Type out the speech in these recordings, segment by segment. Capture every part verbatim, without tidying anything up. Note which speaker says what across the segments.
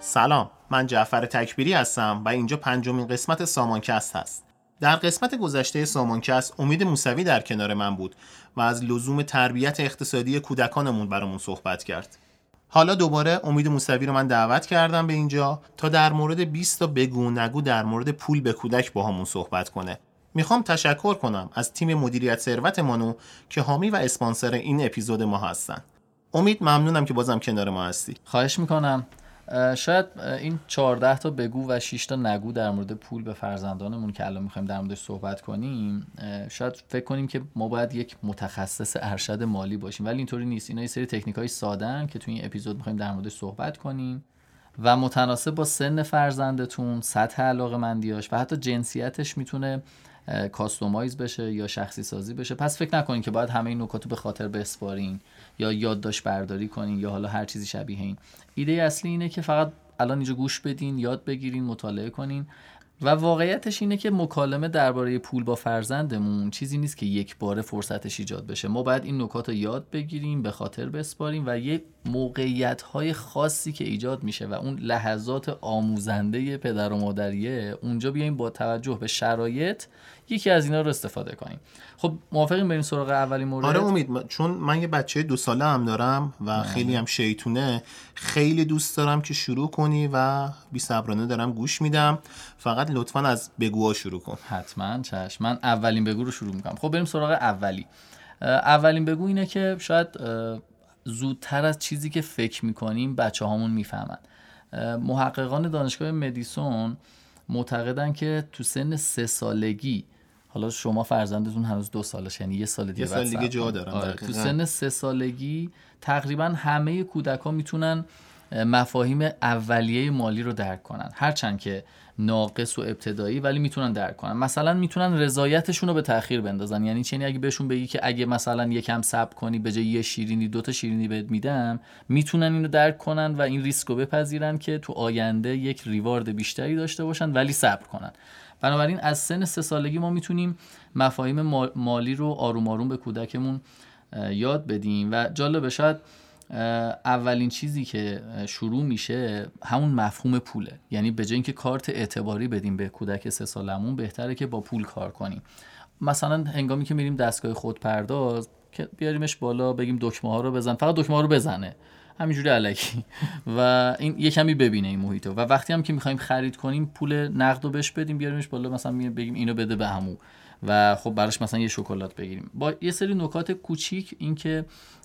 Speaker 1: سلام، من جعفر تکبیری هستم و اینجا پنجمین قسمت سامانکست هست. در قسمت گذشته سامانکست امید موسوی در کنار من بود و از لزوم تربیت اقتصادی کودکانمون برامون صحبت کرد. حالا دوباره امید موسوی رو من دعوت کردم به اینجا تا در مورد بیست تا بگو نگو در مورد پول به کودک با همون صحبت کنه. میخوام تشکر کنم از تیم مدیریت ثروت مانو که حامی و اسپانسر این اپیزود ما هستن. امید، ممنونم که بازم کنار ما هستی.
Speaker 2: خواهش میکنم. شاید این چهارده تا بگو و شش تا نگو در مورد پول به فرزندانمون که الان میخوایم در موردش صحبت کنیم، شاید فکر کنیم که ما باید یک متخصص ارشد مالی باشیم، ولی اینطوری نیست. اینا یه سری تکنیک‌های ساده‌ان که توی این اپیزود میخوایم در موردش صحبت کنیم و متناسب با سن فرزندتون، سطح علاقه‌مندیاش و حتی جنسیتش میتونه کاستومایز بشه یا شخصی سازی بشه. پس فکر نکنین که باید همه این نکات رو به خاطر بسپارین یا یادداشت برداری کنین یا حالا هر چیزی شبیه این. ایده اصلی اینه که فقط الان اینجا گوش بدین، یاد بگیرین، مطالعه کنین و واقعیتش اینه که مکالمه درباره پول با فرزندمون چیزی نیست که یک باره فرصتش ایجاد بشه. ما باید این نکات رو یاد بگیریم، به خاطر بسپاریم و یه موقعیت‌های خاصی که ایجاد میشه و اون لحظات آموزنده پدر و مادریه، اونجا بیایم با توجه به شرایط یکی از اینا رو استفاده کنیم. خب موافقین بریم سراغ اولین مورد؟
Speaker 1: آره امید، چون من یه بچه دو ساله هم دارم و آه. خیلی هم شیطونه، خیلی دوست دارم که شروع کنی و بی‌صبرانه دارم گوش میدم. فقط لطفاً از بگوها شروع کن.
Speaker 2: حتما چشم. من اولین بگو رو شروع میکنم. خب بریم سراغ اولی. اولین بگو اینه که شاید زودتر از چیزی که فکر میکنیم بچه هامون میفهمن. محققان دانشگاه مدیسون معتقدن که تو سن سه سالگی، حالا شما فرزندتون هنوز دو سالشه، یعنی یه سال دیگه
Speaker 1: یه سال دیگه جا دارن.
Speaker 2: آره. تو سن سه سالگی تقریبا همه کودکان میتونن مفاهیم اولیه مالی رو درک کنن، هرچند که ناقص و ابتدایی، ولی میتونن درک کنن. مثلا میتونن رضایتشون رو به تأخیر بندازن. یعنی چه؟ اگه بهشون بگی که اگه مثلا یکم صبر کنی به جای یه شیرینی دو تا شیرینی بهت میدم، میتونن اینو درک کنن و این ریسک رو بپذیرن که تو آینده یک ریوارد بیشتری داشته باشن، ولی صبر کنن. بنابراین از سن سه سالگی ما میتونیم مفاهیم مالی رو آروم آروم به کودکمون یاد بدیم و جالبه شاید اولین چیزی که شروع میشه همون مفهوم پوله. یعنی به جای اینکه کارت اعتباری بدیم به کودک سه سالمون، بهتره که با پول کار کنیم. مثلا هنگامی که میریم دستگاه خودپرداز که بیاریمش بالا بگیم دکمه ها رو بزن، فقط دکمه ها رو بزنه همینجوری الکی و این یه کمی ببینه این محیطو. و وقتی هم که میخوایم خرید کنیم پول نقد رو بهش بدیم، بیاریمش بالا مثلا بگیم اینو بده به عمو و خب براش مثلا یه شکلات بگیریم. با یه سری نکات کوچیک، این که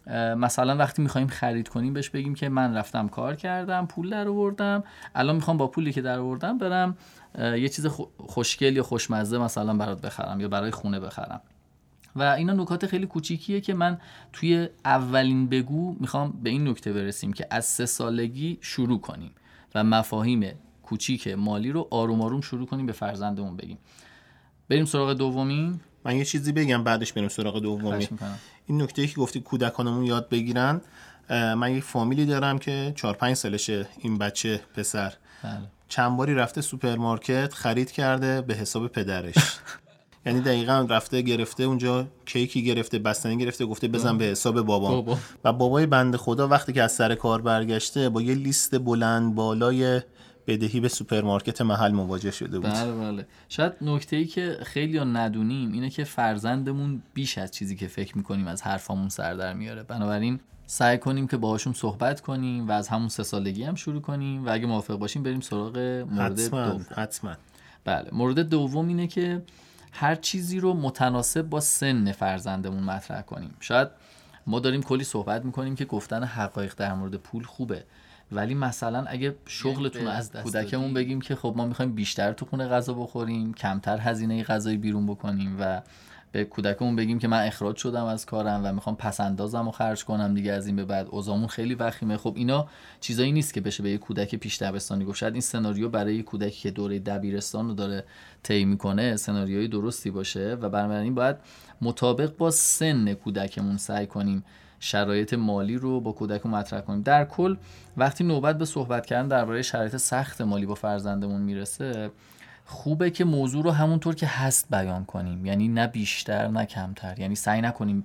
Speaker 2: مثلا وقتی میخوایم خرید کنیم بهش بگیم که من رفتم کار کردم، پول در آوردم، الان میخوام با پولی که در آوردم برم یه چیز خوشگل یا خوشمزه مثلا برات بخرم یا برای خونه بخرم. و اینا نکات خیلی کوچیکیه که من توی اولین بگو میخوام به این نکته برسیم که از سه سالگی شروع کنیم و مفاهیم کوچیک مالی رو آروم آروم شروع کنیم به فرزندمون بگیم. بریم سراغ دومی.
Speaker 1: من یه چیزی بگم بعدش بریم سراغ دومی. این نکته‌ای که گفتی کودکانمون یاد بگیرن، من یک فامیلی دارم که چهار پنج سالشه این بچه پسر.
Speaker 2: بله.
Speaker 1: چند باری رفته سوپرمارکت خرید کرده به حساب پدرش. یعنی دقیقاً رفته گرفته اونجا کیکی گرفته، بستنی گرفته، گفته بزن به حساب بابام. بابا. و بابای بنده خدا وقتی که از سر کار برگشته با یه لیست بلند بالای بدهی به سوپرمارکت محل مواجه شده بود.
Speaker 2: بله بله. شاید نکته‌ای که خیلی ها ندونیم اینه که فرزندمون بیش از چیزی که فکر میکنیم از حرفامون سر در میاره. بنابراین سعی کنیم که باهاشون صحبت کنیم و از همون سه سالگی هم شروع کنیم و اگه موافق باشیم بریم سراغ مورد
Speaker 1: حتما.
Speaker 2: دوم.
Speaker 1: حتما.
Speaker 2: بله. مورد دوم اینه که هر چیزی رو متناسب با سن فرزندمون مطرح کنیم. شاید ما داریم کلی صحبت میکنیم که گفتن حقایق در مورد پول خوبه، ولی مثلا اگه شغلتون رو از کودکمون بگیم که خب ما میخوایم بیشتر تو خونه غذا بخوریم، کمتر هزینه غذایی بیرون بکنیم و به کودکمون بگیم که من اخراج شدم از کارم و میخوام پس اندازمو خرج کنم دیگه از این به بعد اوضاعمون خیلی وخیمه. خب اینا چیزایی نیست که بشه به یه کودک پیش دبستانی گفت. شاید این سناریو برای یه کودکی که دوره دبیرستان رو داره طی میکنه سناریوی درستی باشه و بنابراین باید مطابق با سن کودکمون سعی کنیم شرایط مالی رو با کودکمون مطرح کنیم. در کل وقتی نوبت به صحبت کردن درباره شرایط سخت مالی با فرزندمون میرسه، خوبه که موضوع رو همونطور که هست بیان کنیم، یعنی نه بیشتر نه کمتر. یعنی سعی نکنیم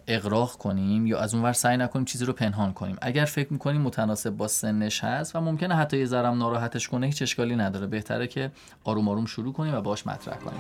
Speaker 2: اغراق کنیم یا از اونور سعی نکنیم چیزی رو پنهان کنیم. اگر فکر میکنیم متناسب با سنش هست و ممکنه حتی یه ذره ناراحتش کنه، هیچ اشکالی نداره، بهتره که آروم آروم شروع کنیم و باهاش مطرح کنیم.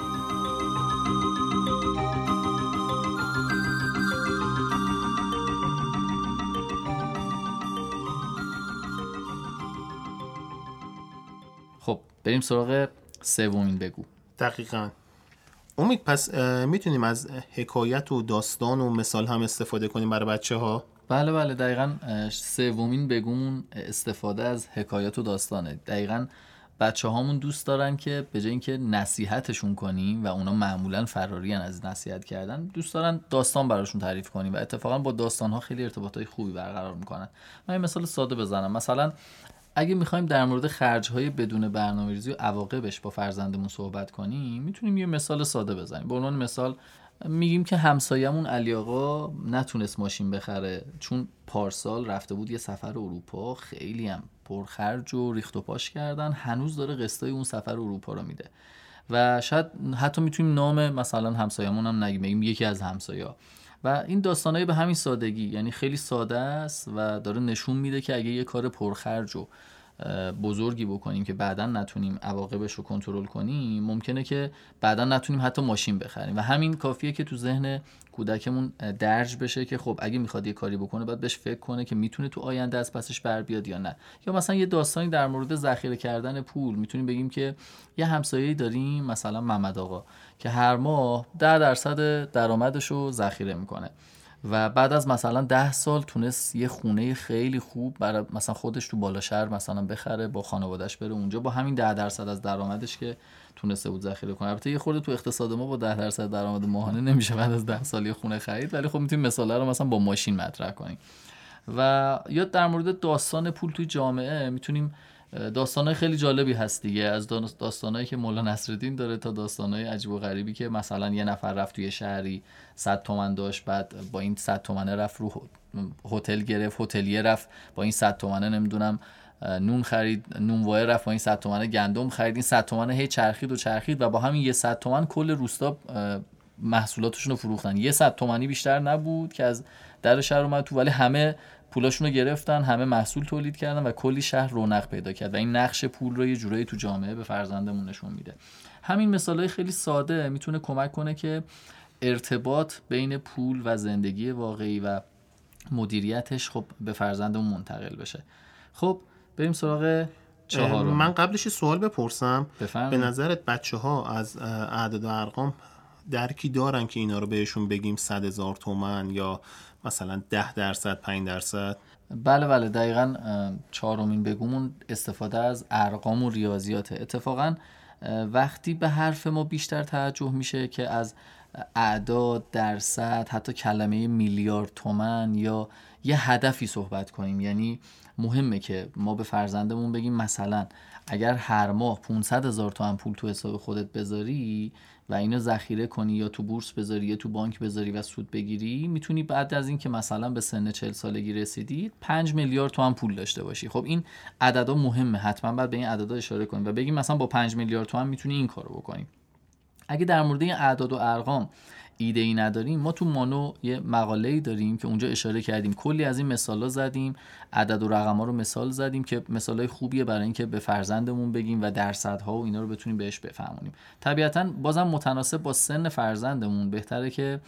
Speaker 2: خب بریم سراغ سومین بگو.
Speaker 1: دقیقاً. امید، پس میتونیم از حکایت و داستان و مثال هم استفاده کنیم برای بچه ها؟
Speaker 2: بله بله دقیقاً. سومین بگومون استفاده از حکایت و داستانه. دقیقاً بچه هامون دوست دارن که به جای اینکه نصیحتشون کنیم و اونا معمولاً فراری هن از نصیحت کردن، دوست دارن داستان براشون تعریف کنیم و اتفاقاً با داستان ها خیلی ارتباطای خوبی برقرار میکنن. من یه مثال ساده بزنم. مثلا اگه میخوایم در مورد خرج‌های بدون برنامه‌ریزی و عواقبش با فرزندمون صحبت کنیم، میتونیم یه مثال ساده بزنیم. به عنوان مثال میگیم که همسایه‌مون علی آقا نتونست ماشین بخره چون پارسال رفته بود یه سفر اروپا، خیلی هم پرخرج و ریخت و پاش کردن، هنوز داره قسطای اون سفر اروپا رو میده. و شاید حتی میتونیم نام مثلا همسایه‌مون هم نگیم، بگیم یکی از همسایه‌ها. و این داستانایی به همین سادگی، یعنی خیلی ساده است و داره نشون میده که اگه یه کار پرخرج و بزرگی بکنیم که بعداً نتونیم عواقبش رو کنترل کنیم، ممکنه که بعداً نتونیم حتی ماشین بخریم. و همین کافیه که تو ذهن کودکمون درج بشه که خب اگه میخواد یه کاری بکنه باید بهش فکر کنه که میتونه تو آینده از پسش بر بیاد یا نه. یا مثلا یه داستانی در مورد ذخیره کردن پول، میتونیم بگیم که یه همسایه‌ای داریم مثلا محمد آقا که هر ماه ده درصد درآمدش رو ذخیره میکنه و بعد از مثلا ده سال تونست یه خونه خیلی خوب برای مثلا خودش تو بالا شهر مثلا بخره، با خانواده‌اش بره اونجا با همین ده درصد از درآمدش که تونسته بود ذخیره کنه. البته یه خورده تو اقتصاد ما با ده درصد درآمد ماهانه نمیشه بعد از ده سال یه خونه خرید، ولی خب میتونیم مثالا رو مثلا با ماشین مطرح کنیم. و یا در مورد داستان پول توی جامعه میتونیم، داستانای خیلی جالبی هست دیگه، از داستانایی که مولا نصرالدین داره تا داستانای عجیب و غریبی که مثلا یه نفر رفت توی شهری صد تومن داشت، بعد با این صد تومنه رفت رو هتل گرفت، هتلیه رفت با این صد تومنه نمیدونم نون خرید، نونوای رفت با این صد تومنه گندم خرید، این صد تومنه هی چرخید و چرخید و با همین یه صد تومن کل روستا محصولاتشون رو فروختن. یه صد تومانی بیشتر نبود که از در شهر اومد تو، ولی همه پولاشون رو گرفتن، همه محصول تولید کردن و کلی شهر رونق پیدا کرد و این نقش پول رو یه جورایی تو جامعه به فرزندمون نشون میده. همین مثالای خیلی ساده میتونه کمک کنه که ارتباط بین پول و زندگی واقعی و مدیریتش خب به فرزندمون منتقل بشه. خب بریم سراغ چهارم.
Speaker 1: من قبلش سوال بپرسم.
Speaker 2: بفرمایید.
Speaker 1: به نظرت بچه ها از اعداد و ارقام درکی دارن که اینا رو بهشون بگیم صد هزار تومن یا مثلا ده درصد پنج درصد؟
Speaker 2: بله بله دقیقاً. چهارمین بگومون استفاده از ارقام و ریاضیاته. اتفاقاً وقتی به حرف ما بیشتر توجه میشه که از اعداد، درصد، حتی کلمه میلیارد تومن یا یه هدفی صحبت کنیم. یعنی مهمه که ما به فرزندمون بگیم مثلا اگر هر ماه پانصد هزار تومن پول تو حساب خودت بذاری و اینو ذخیره کنی یا تو بورس بذاری یا تو بانک بذاری و سود بگیری، میتونی بعد از این که مثلا به سن چهل سالگی رسیدی پنج میلیارد تومن پول داشته باشی. خب این عددا مهمه، حتما باید به این عددا اشاره کنیم و بگیم مثلا با پنج میلیارد تومن میتونی این کارو بکنی. اگه در مورد این اعداد و ارقام ایده ای نداریم، ما تو مانو یه مقاله‌ای داریم که اونجا اشاره کردیم، کلی از این مثالا زدیم، عدد و رقم‌ها رو مثال زدیم که مثالای خوبیه برای اینکه به فرزندمون بگیم و درصدها و اینا رو بتونیم بهش بفهمونیم. طبیعتاً بازم متناسب با سن فرزندمون بهتره که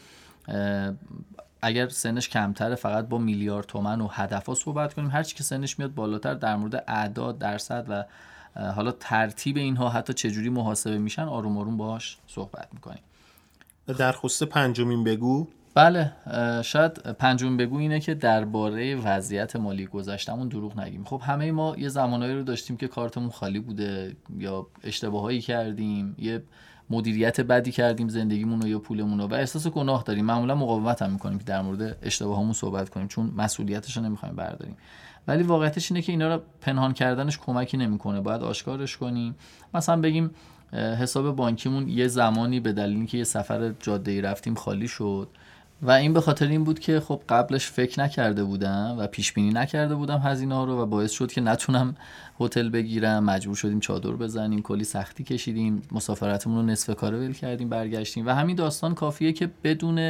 Speaker 2: اگر سنش کمتره فقط با میلیارد تومن و هدفا صحبت کنیم. هر چی که سنش میاد بالاتر در مورد اعداد، درصد و حالا ترتیب اینها حتی چجوری محاسبه میشن آروم آروم باهاش صحبت میکنیم.
Speaker 1: در خصوص پنجمین بگو،
Speaker 2: بله شاید پنجمین بگو اینه که درباره وضعیت مالی گذشتمون دروغ نگیم. خب همه ما یه زمانایی رو داشتیم که کارتمون خالی بوده یا اشتباهایی کردیم، یه مدیریت بدی کردیم زندگیمون رو یا پولمون رو و احساس گناه داریم. معمولا مقاومت هم میکنیم که در مورد اشتباهامون صحبت کنیم چون مسئولیتش رو نمیخوایم برداریم. ولی واقعیتش اینه که اینا رو پنهان کردنش کمکی نمیکنه، باید آشکارش کنیم. مثلا بگیم حساب بانکیمون یه زمانی به دلیل اینکه یه سفر جاده‌ای رفتیم خالی شد و این به خاطر این بود که خب قبلش فکر نکرده بودم و پیش بینی نکرده بودم هزینه‌ها رو و باعث شد که نتونم هتل بگیرم، مجبور شدیم چادر بزنیم، کلی سختی کشیدیم، مسافرتمون رو نصف کاره ول کردیم، برگشتیم و همین داستان کافیه که بدون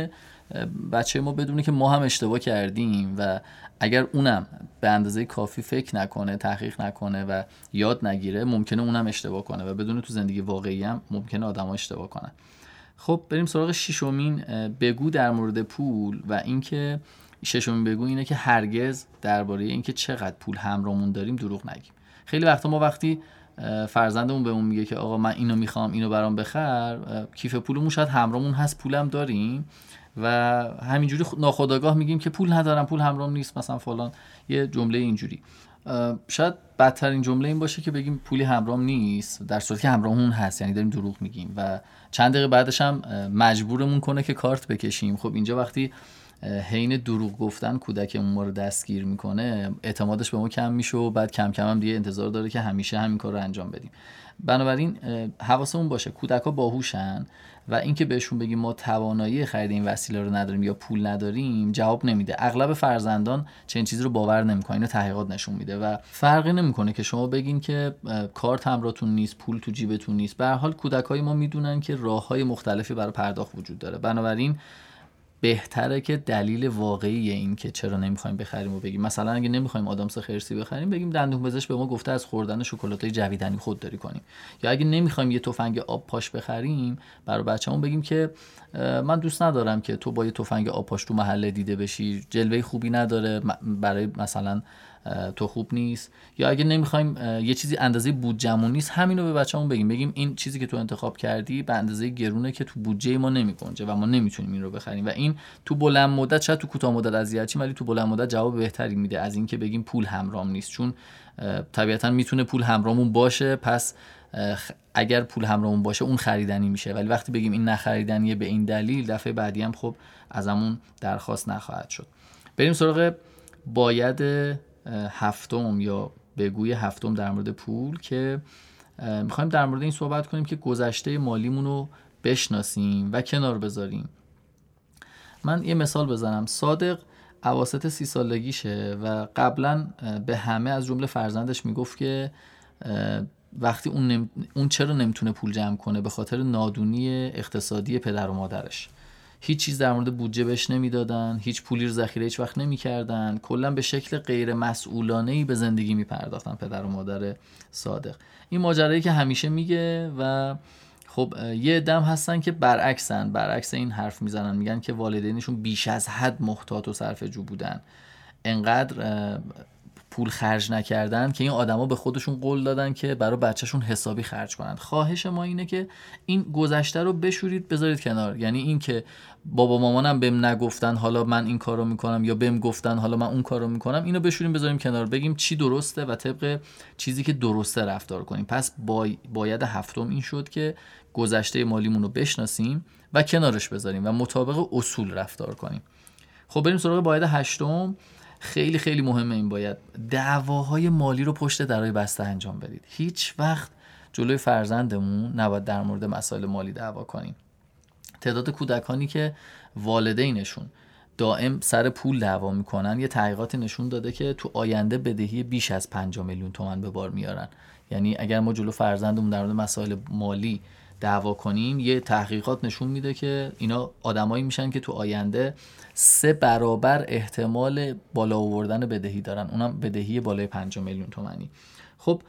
Speaker 2: بچه ما بدونه که ما هم اشتباه کردیم و اگر اونم به اندازه کافی فکر نکنه، تحقیق نکنه و یاد نگیره، ممکنه اونم اشتباه کنه و بدون تو زندگی واقعی هم ممکنه آدم‌ها اشتباه کنن. خب بریم سراغ ششمین بگو در مورد پول و اینکه ششمین بگو اینه که هرگز درباره اینکه چقدر پول همراهمون داریم دروغ نگیم. خیلی وقتا ما وقتی فرزندمون بهمون میگه که آقا من اینو میخوام، اینو برام بخر، کیف پولمون شاید همراهمون هست، پولم داریم و همینجوری ناخودآگاه میگیم که پول ندارم، پول همراهم نیست، مثلا فلان، یه جمله اینجوری. شاید بدترین جمله این باشه که بگیم پولی همراهم نیست در صورتی که همراهمون هست، یعنی داریم دروغ میگیم و چند دقیقه بعدش هم مجبورمون کنه که کارت بکشیم. خب اینجا وقتی حین دروغ گفتن کودکمون ما رو دستگیر میکنه، اعتمادش به ما کم میشه و بعد کم کم هم دیگه انتظار داره که همیشه همین کار رو انجام بدیم. بنابراین حواسمون باشه کودکا باهوشن و اینکه بهشون بگیم ما توانایی خرید این وسیله رو نداریم یا پول نداریم جواب نمیده. اغلب فرزندان چنین چیزی رو باور نمیکنن، اینو تحقیقات نشون میده و فرقی نمیکنه که شما بگین که کارت همراهتون نیست، پول تو جیبتون نیست. به هر حال کودکای ما میدونن که راههای مختلفی برای پرداخت وجود داره. بنابراین بهتره که دلیل واقعی این که چرا نمیخوایم بخریم و بگیم. مثلا اگه نمیخوایم آدامس خرسی بخریم بگیم دندون پزشک به ما گفته از خوردن شکلاتای جویدنی خودداری کنیم. یا اگه نمیخوایم یه تفنگ آب پاش بخریم برای بچه‌مون بگیم که من دوست ندارم که تو با یه تفنگ آب پاش تو محله دیده بشی، جلوه خوبی نداره، برای مثلا تو خوب نیست. یا اگه نمیخوایم یه چیزی اندازه بودجه‌مون نیست، همینو به بچه‌مون بگیم، بگیم این چیزی که تو انتخاب کردی به اندازه گرونه که تو بودجه ما نمی‌گنجه و ما نمیتونیم این رو بخریم و این تو بلند مدت شاید تو کوتاه مدت اذیت شیم ولی تو بلند مدت جواب بهتری میده از این که بگیم پول همراهم نیست، چون طبیعتاً میتونه پول همراهمون باشه، پس اگر پول همراهمون باشه اون خریدنی میشه. ولی وقتی بگیم این نخریدنیه به این دلیل، دفعه بعدی هم خب ازمون درخواست نخواهد شد. بریم سراغ باید هفتم یا بگوی هفتم در مورد پول که میخوایم در مورد این صحبت کنیم که گذشته مالیمون رو بشناسیم و کنار بذاریم. من یه مثال بزنم. صادق اواسط سی سالگیشه و قبلا به همه از جمله فرزندش میگفت که وقتی اون, نم... اون چرا نمیتونه پول جمع کنه، به خاطر نادونی اقتصادی پدر و مادرش. هیچ چیز در مورد بودجه بهش نمیدادن، هیچ پولی رو ذخیره هیچ وقت نمیکردن، کلا به شکل غیر مسئولانه‌ای به زندگی میپرداختن پدر و مادر صادق. این ماجرایی که همیشه میگه و خب یه دم هستن که برعکسن، برعکس این حرف میزنن، میگن که والدینشون بیش از حد محتاط و صرفه‌جو بودن، انقدر پول خرج نکردن که این آدما به خودشون قول دادن که برای بچه‌شون حسابی خرج کنن. خواهش ما اینه که این گذشته رو بشورید بذارید کنار. یعنی این که بابا مامانم بهم نگفتن حالا من این کارو میکنم یا بهم گفتن حالا من اون کارو میکنم، اینو بشوریم بذاریم کنار، بگیم چی درسته و طبق چیزی که درسته رفتار کنیم. پس بای... باید هفتم این شد که گذشته مالیمون رو بشناسیم و کنارش بذاریم و مطابق اصول رفتار کنیم. خب بریم سراغ باید هشتم. خیلی خیلی مهمه این باید. دعواهای مالی رو پشت درای بسته انجام بدید. هیچ وقت جلوی فرزندمون نباید در مورد مسائل مالی دعوا کنیم. تعداد کودکانی که والدینشون دائم سر پول دعوا میکنن، یه تحقیقاتی نشون داده که تو آینده بدهی بیش از پنجاه میلیون تومان به بار میارن. یعنی اگر ما جلو فرزندمون در مورد مسائل مالی دعوا کنیم، یه تحقیقات نشون میده که اینا آدمایی میشن که تو آینده سه برابر احتمال بالا آوردن بدهی دارن، اونم بدهی بالای پنجاه میلیون تومانی. خب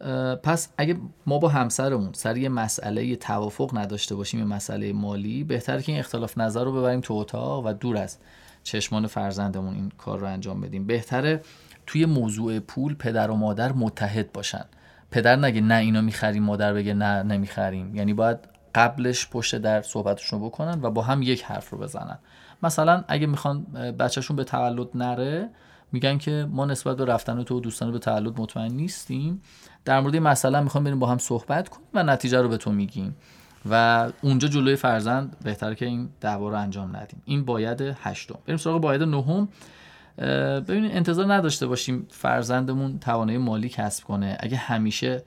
Speaker 2: پس اگه ما با همسرمون سر یه مسئله یه توافق نداشته باشیم، یه مسئله مالی، بهتره که این اختلاف نظر رو ببریم تو اتاق و دور از چشمان فرزندمون این کار رو انجام بدیم. بهتره توی موضوع پول پدر و مادر متحد باشن. پدر نگه نه اینو میخریم، مادر بگه نه نمیخریم. یعنی باید قبلش پشت در صحبتشون رو بکنن و با هم یک حرف رو بزنن. مثلا اگه میخوان بچهشون به تولد نره، میگن که ما نسبت به رفتن تو و دوستان به تولد مطمئن نیستیم، در مورد این مسئله میخوام بریم با هم صحبت کنیم و نتیجه رو به تو میگیم و اونجا جلوی فرزند بهتره که این دعوا رو انجام ندیم. این باید هشتم. بریم سراغ باید نهم. ببینید انتظار نداشته باشیم فرزندمون توانایی مالی کسب کنه اگه همیشه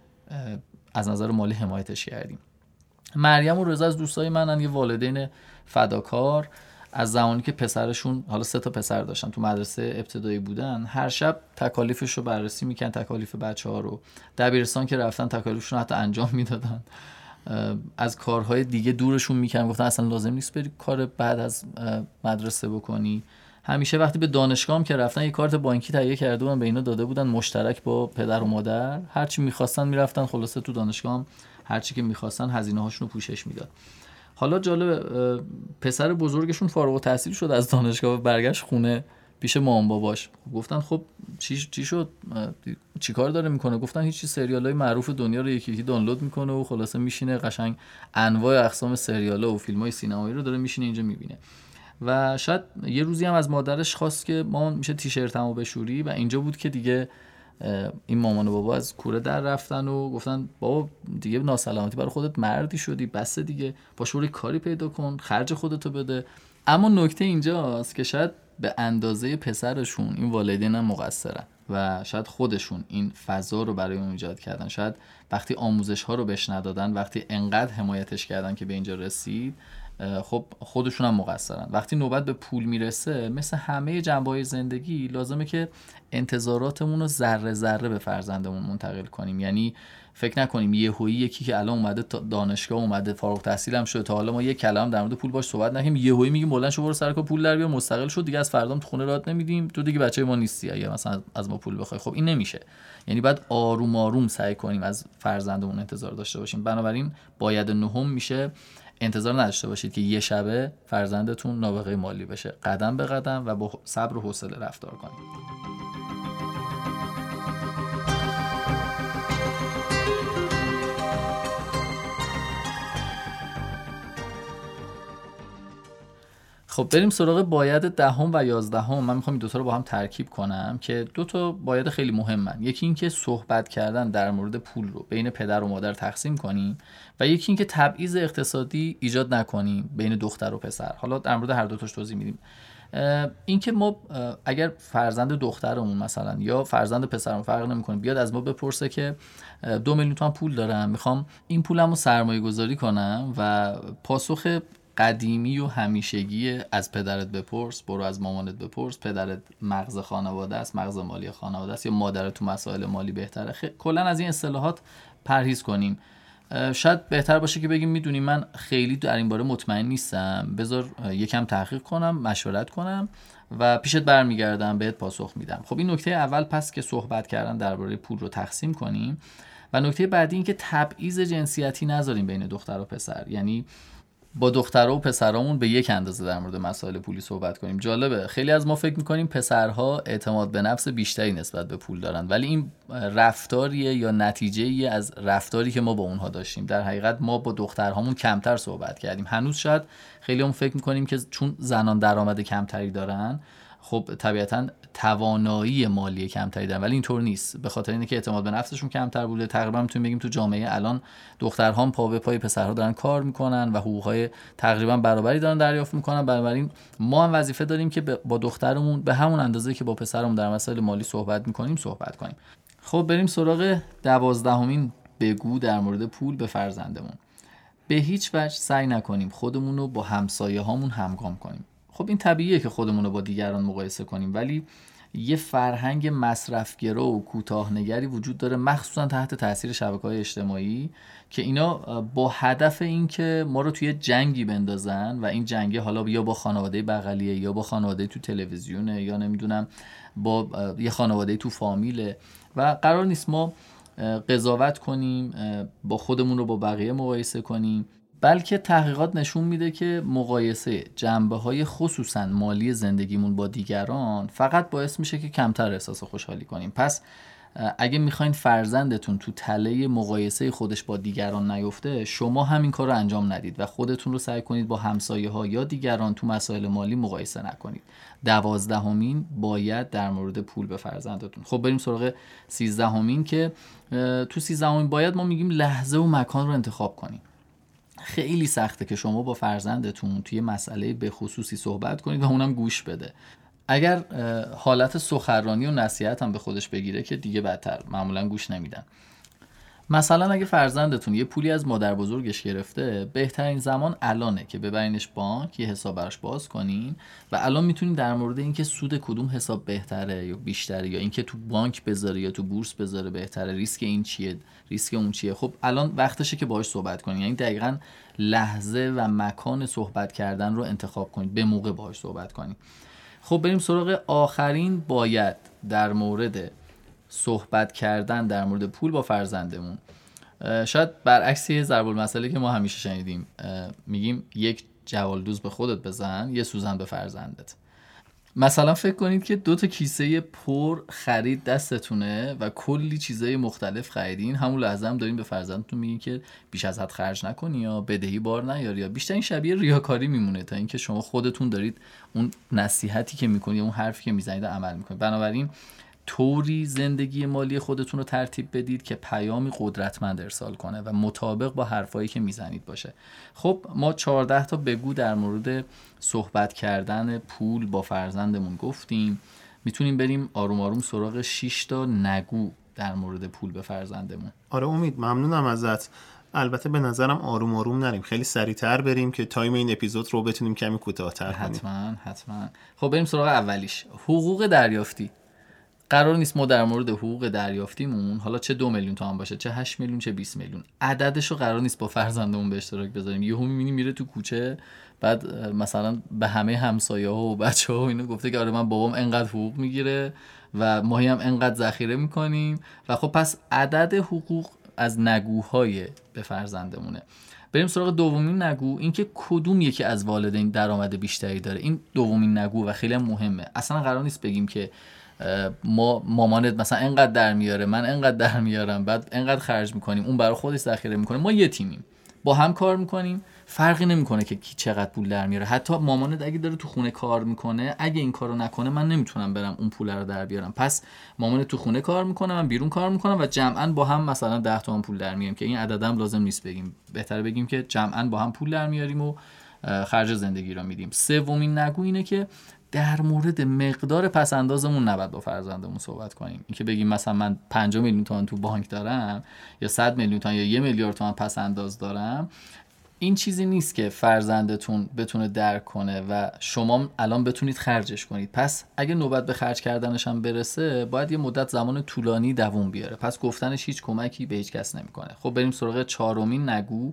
Speaker 2: از نظر مالی حمایتش کردیم. مریم و رضا از دوستای منن، یه والدین فداکار. از زمانی که پسرشون، حالا سه تا پسر داشتن، تو مدرسه ابتدایی بودن، هر شب تکالیفش رو بررسی میکنن، تکالیف بچه‌ها رو. دبیرستان که رفتن تکالیفشون حتی انجام میدادن. از کارهای دیگه دورشون میکردن، گفتن اصلا لازم نیست بری کار بعد از مدرسه بکنی. همیشه وقتی به دانشگاه هم که رفتن یه کارت بانکی تهیه کرده بودن، به اینا داده بودن مشترک با پدر و مادر، هرچی میخواستن میرفتن، خلاصه تو دانشگاه هم هرچی که میخواستن هزینه هاشون رو پوشش میداد. حالا جالب، پسر بزرگشون فارغ التحصیل شد از دانشگاه و برگشت خونه پیش مام باباش. گفتن خب چی چی شد، چی کار داره میکنه؟ گفتن هیچی، سریالای معروف دنیا رو یکی یکی دانلود میکنه و خلاصه میشینه قشنگ انواع اقسام سریالا و فیلمای سینمایی رو داره میشینه اینجا میبینه. و شاید یه روزی هم از مادرش خواست که مامان میشه تیشرتمو بشوری، و اینجا بود که دیگه این مامان و بابا از کوره در رفتن و گفتن بابا دیگه ناسلامتی برای خودت مردی شدی، بس دیگه باشه کاری پیدا کن، خرج خودتو بده. اما نکته اینجاست که شاید به اندازه پسرشون این والدین هم مقصرن و شاید خودشون این فضا رو برای اون ایجاد کردن. شاید وقتی آموزش ها رو بهش ندادن، وقتی انقدر حمایتش کردن که به اینجا رسید، خب خودشون هم مقصرن. وقتی نوبت به پول میرسه، مثل همه جنبه‌های زندگی لازمه که انتظاراتمون رو ذره ذره به فرزندمون منتقل کنیم. یعنی فکر نکنیم یهویی یکی که الان اومده دانشگاه، اومده فارغ التحصیل هم شده، تا حالا ما یک کلام در مورد پول باش صحبت نکنیم، یهویی میگیم بلند شو برو سر کار پول در بیار مستقل شو، دیگه از فردام تو خونه راحت نمیدیم، تو دیگه بچه ما نیستی اگه مثلا از ما پول بخوای. خب این نمیشه. یعنی باید آروم آروم سعی کنیم از فرزندمون انتظار داشته باشیم. بنابراین باید نهم میشه انتظار نداشته باشید که یه شبه فرزندتون نابغه مالی بشه. قدم به قدم و با صبر و حوصله رفتار کنید. خب بریم سراغ باید دهم و یازدهم. من میخوام این دوتا رو با هم ترکیب کنم که دوتا باید خیلی مهمن. یکی این که صحبت کردن در مورد پول رو بین پدر و مادر تقسیم کنیم، و یکی این که تبعیض اقتصادی ایجاد نکنیم بین دختر و پسر. حالا در مورد هر دوتاش توضیح میدیم. این که ما اگر فرزند دخترمون مثلا یا فرزند پسرمون فرق نمیکنه بیاد از ما بپرسه که دو میلیون تومان پول دارم، میخوام این پولمو سرمایه گذاری کنم، و پاسخ قدیمی و همیشگی از پدرت بپرس، برو از مامانت بپرس، پدرت مغز خانواده است، مغز مالی خانواده است، یا مادرت تو مسائل مالی بهتره. کلا از این اصطلاحات پرهیز کنیم. شاید بهتر باشه که بگیم میدونی من خیلی در این باره مطمئن نیستم، بذار یکم تحقیق کنم، مشورت کنم و پیشت برمیگردم بهت پاسخ میدم. خب این نکته اول پس که صحبت کردن درباره پول رو تقسیم کنیم. و نکته بعدی این که تبعیض جنسیتی نذاریم بین دختر و پسر. یعنی با دخترها و پسرامون به یک اندازه در مورد مسائل پولی صحبت کنیم. جالبه خیلی از ما فکر میکنیم پسرها اعتماد به نفس بیشتری نسبت به پول دارن، ولی این رفتاریه یا نتیجه‌ای از رفتاری که ما با اونها داشتیم. در حقیقت ما با دخترهامون کمتر صحبت کردیم. هنوز شاید خیلی هم فکر میکنیم که چون زنان درآمد کمتری دارن، خب طبیعتاً توانایی مالی کمتری دارن، ولی اینطور نیست. به خاطر اینه که اعتماد به نفسشون کمتر بوده. تقریبا میتونیم بگیم تو جامعه الان دخترها هم پا به پای پسرها دارن کار میکنن و حقوقهای تقریبا برابری دارن دریافت میکنن. بنابراین ما هم وظیفه داریم که با دخترمون به همون اندازه که با پسرمون در مسائل مالی صحبت میکنیم صحبت کنیم. خب بریم سراغ دوازدهمین بگو در مورد پول به فرزندمون. به هیچ وجه سعی نکنیم خودمون رو با همسایه هامون همگام کنیم. خب این طبیعیه که خودمون رو با دیگران مقایسه کنیم، ولی یه فرهنگ مصرفگرا و کوتاه‌نگری وجود داره، مخصوصا تحت تاثیر شبکه‌های اجتماعی، که اینا با هدف این که ما رو توی جنگی بندازن، و این جنگه حالا یا با خانواده بغلیه، یا با خانواده تو تلویزیونه، یا نمیدونم با یه خانواده تو فامیله، و قرار نیست ما قضاوت کنیم، با خودمون رو با بقیه مقایسه کنیم. بلکه تحقیقات نشون میده که مقایسه جنبه‌های خصوصا مالی زندگیمون با دیگران فقط باعث میشه که کمتر احساس خوشحالی کنیم. پس اگه میخواین فرزندتون تو تله مقایسه خودش با دیگران نیفته، شما همین کار رو انجام ندید و خودتون رو سعی کنید با همسایه ها یا دیگران تو مسائل مالی مقایسه نکنید. دوازدهمین باید در مورد پول به فرزندتون. خب بریم سراغ سیزدهمین که تو سیزدهمین باید ما میگیم لحظه و مکان رو انتخاب کنید. خیلی سخته که شما با فرزندتون توی مسئله به خصوصی صحبت کنید و اونم گوش بده. اگر حالت سخنرانی و نصیحت هم به خودش بگیره که دیگه بدتر، معمولا گوش نمیدن. مثلا اگه فرزندتون یه پولی از مادر بزرگش گرفته، بهترین زمان الانه که ببرینش بانک، یه حساب براش باز کنین و الان میتونین در مورد اینکه سود کدوم حساب بهتره یا بیشتره، یا اینکه تو بانک بذاره یا تو بورس بذاره بهتره، ریسک این چیه، ریسک اون چیه، خب الان وقتشه که باهاش صحبت کنین. یعنی دقیقاً لحظه و مکان صحبت کردن رو انتخاب کنید، به موقع باهاش صحبت کنین. خب بریم سراغ آخرین باید در مورد صحبت کردن در مورد پول با فرزندمون. شاید برعکس یه ضرب المثلی که ما همیشه شنیدیم، میگیم یک جوالدوز به خودت بزن، یه سوزن به فرزندت. مثلا فکر کنید که دو تا کیسه پر خرید دستتونه و کلی چیزای مختلف خریدین، همون لحظه هم دارین به فرزندتون میگین که بیش از حد خرج نکنی یا بدهی بار نیاری، یا بیشتر این شبیه ریاکاری میمونه تا اینکه شما خودتون دارید اون نصیحتی که میکنید، اون حرفی که میزنید عمل میکنید. بنابراین طوری زندگی مالی خودتون رو ترتیب بدید که پیامی قدرتمند ارسال کنه و مطابق با حرفایی که میزنید باشه. خب ما چهارده تا بگو در مورد صحبت کردن پول با فرزندمون گفتیم. میتونیم بریم آروم آروم سراغ شش تا نگو در مورد پول به فرزندمون.
Speaker 1: آره امید، ممنونم ازت. البته به نظرم آروم آروم نریم، خیلی سریعتر بریم که تایم این اپیزود رو بتونیم کمی کوتاه‌تر کنیم.
Speaker 2: حتما حتما. خب بریم سراغ اولیش، حقوق دریافتی. قرار نیست ما در مورد حقوق دریافتیمون، حالا چه دو میلیون تومان باشه، چه هشت میلیون، چه بیست میلیون، عددش رو قرار نیست با فرزندمون به اشتراک بذاریم. یهو می‌بینی میره تو کوچه، بعد مثلا به همه همسایه‌ها و بچه‌ها و اینو گفته که آره من بابام انقدر حقوق میگیره و ماهی هم انقدر ذخیره میکنیم و خب پس عدد حقوق از نگوهای به فرزندمونه. بریم سراغ دومین نگو، اینکه کدوم یکی از والدین درآمد بیشتری داره. این دومین نگو و خیلی مهمه. اصلا قرار نیست بگیم که ما مامانت مثلا انقدر در میاره، من انقدر در میارم، بعد انقدر خرج میکنیم، اون برای خودش ذخیره میکنه. ما یه تیمیم، با هم کار میکنیم، فرقی نمیکنه که کی چقدر پول در میاره. حتی مامانت اگه داره تو خونه کار میکنه، اگه این کارو نکنه من نمیتونم برم اون پول رو در بیارم. پس مامانت تو خونه کار میکنه، من بیرون کار میکنم و جمعاً با هم مثلا ده تومن پول در میاریم، که این عددم لازم نیست بگیم، بهتره بگیم که جمعاً با هم پول در میاریم و خرج زندگی رو میدیم. سومین نگو اینه که در مورد مقدار پس اندازمون نباید با فرزندمون صحبت کنیم. اینکه بگیم مثلا من پنجاه میلیون تومان تو بانک دارم یا صد میلیون تومان یا یک میلیارد تومان پس انداز دارم، این چیزی نیست که فرزندتون بتونه درک کنه و شما الان بتونید خرجش کنید. پس اگه نوبت به خرج کردنش هم برسه، باید یه مدت زمان طولانی دووم بیاره. پس گفتنش هیچ کمکی به هیچ کس نمیکنه. خب بریم سراغ چهارمین نگو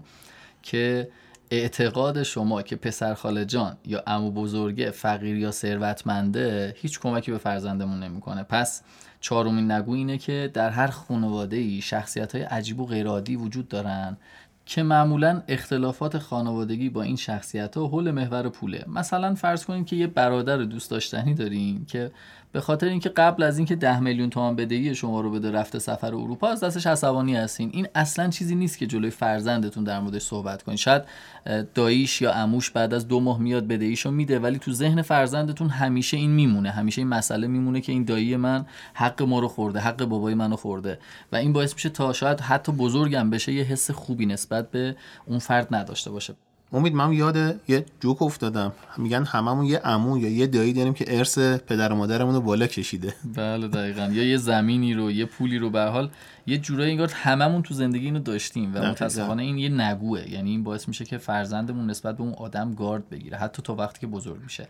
Speaker 2: که اعتقاد شما که پسر خاله جان یا عمو بزرگه فقیر یا ثروتمنده هیچ کمکی به فرزندمون نمیکنه. پس چهارمین نگو اینه که در هر خانواده‌ای شخصیت‌های عجیب و غیرعادی وجود دارن که معمولاً اختلافات خانوادگی با این شخصیت‌ها حول محور پوله. مثلا فرض کنید که یه برادر دوست داشتنی دارین که به خاطر اینکه قبل از اینکه ده میلیون تومان بدهی شما رو بده رفته سفر اروپا، از دستش عصبانی هستین. این اصلا چیزی نیست که جلوی فرزندتون در موردش صحبت کنین. شاید داییش یا عموش بعد از دو ماه میاد بدهیشو میده، ولی تو ذهن فرزندتون همیشه این میمونه، همیشه این مسئله میمونه که این دایی من حق ما رو خورده، حق بابای منو خورده و این باعث میشه تا شاید حتی بزرگم بشه یه حس خوبی نسبت به اون فرد نداشته باشه.
Speaker 1: امید، من یاد یه جوک افتادم، میگن هممون یه عمو یا یه دایی داریم که ارث پدر و مادرمون رو بالا کشیده.
Speaker 2: بله دقیقاً، یا یه زمینی رو، یه پولی رو، به هر حال یه جورایی انگار هممون تو زندگی اینو داشتیم و متأسفانه این یه نگوه. یعنی این باعث میشه که فرزندمون نسبت به اون آدم گارد بگیره حتی تا وقتی که بزرگ میشه.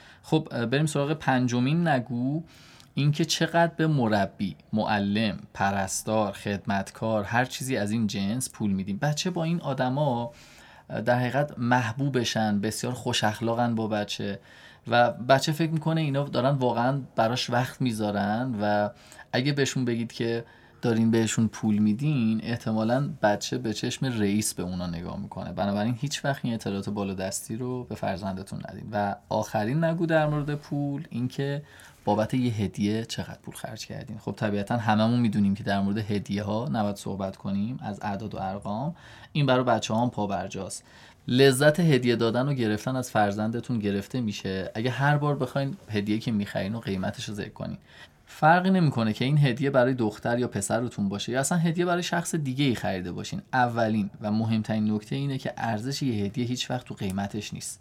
Speaker 2: خب بریم سراغ پنجمین نگو، اینکه چقدر به مربی، معلم، پرستار، خدمتکار، هر چیزی از این جنس پول میدیم. بچه با این آدما در حقیقت محبوبشن، بسیار خوش اخلاقن با بچه و بچه فکر میکنه اینا دارن واقعا براش وقت میذارن و اگه بهشون بگید که دارین بهشون پول میدین، احتمالاً بچه به چشم رئیس به اونا نگاه میکنه. بنابراین هیچ وقت این اطلاعات بالا دستی رو به فرزندتون ندین. و آخرین نگو در مورد پول، اینکه بابت یه هدیه چقدر پول خرج کردین. خب طبیعتاً هممون میدونیم که در مورد هدیه ها نباید صحبت کنیم از اعداد و ارقام، این برای بچه‌ها هم پابرجاست. لذت هدیه دادن و گرفتن از فرزندتون گرفته میشه اگه هر بار بخواین هدیه که میخرین و قیمتش رو ذکر کنین. فرقی نمیکنه که این هدیه برای دختر یا پسرتون باشه یا اصلا هدیه برای شخص دیگه ای خریده باشین. اولین و مهمترین نکته اینه که ارزش یه هدیه هیچ وقت تو قیمتش نیست.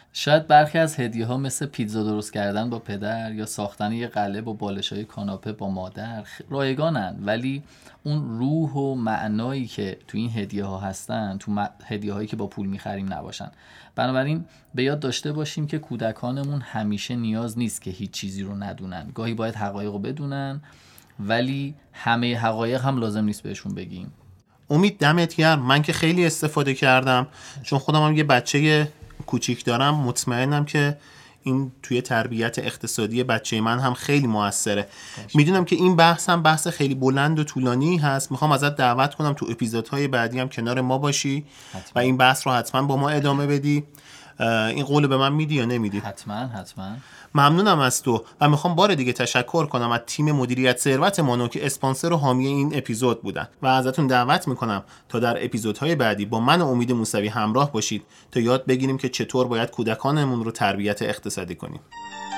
Speaker 2: شاید برخی از هدیه ها مثل پیتزا درست کردن با پدر یا ساختن یه قله با بالش‌های کاناپه با مادر رایگانن، ولی اون روح و معنایی که تو این هدیه ها هستن تو م... هدیه هایی که با پول میخریم نباشن. بنابراین به یاد داشته باشیم که کودکانمون همیشه نیاز نیست که هیچ چیزی رو ندونن. گاهی باید حقایق رو بدونن، ولی همه حقایق هم لازم نیست بهشون بگیم.
Speaker 1: امید دمت گرم. من که خیلی استفاده کردم، چون خودم هم یه بچه کوچیک دارم. مطمئنم که این توی تربیت اقتصادی بچه من هم خیلی موثره. میدونم که این بحث هم بحث خیلی بلند و طولانی هست. میخوام ازت دعوت کنم تو اپیزودهای بعدی هم کنار ما باشی حتما. و این بحث رو حتما با ما ادامه بدی. این قول به من میدی یا نمیدی؟
Speaker 2: حتما حتما.
Speaker 1: ممنونم از تو و میخوام بار دیگه تشکر کنم از تیم مدیریت ثروت مانو که اسپانسر و حامی این اپیزود بودن و ازتون دعوت میکنم تا در اپیزودهای بعدی با من و امید موسوی همراه باشید تا یاد بگیریم که چطور باید کودکانمون رو تربیت اقتصادی کنیم.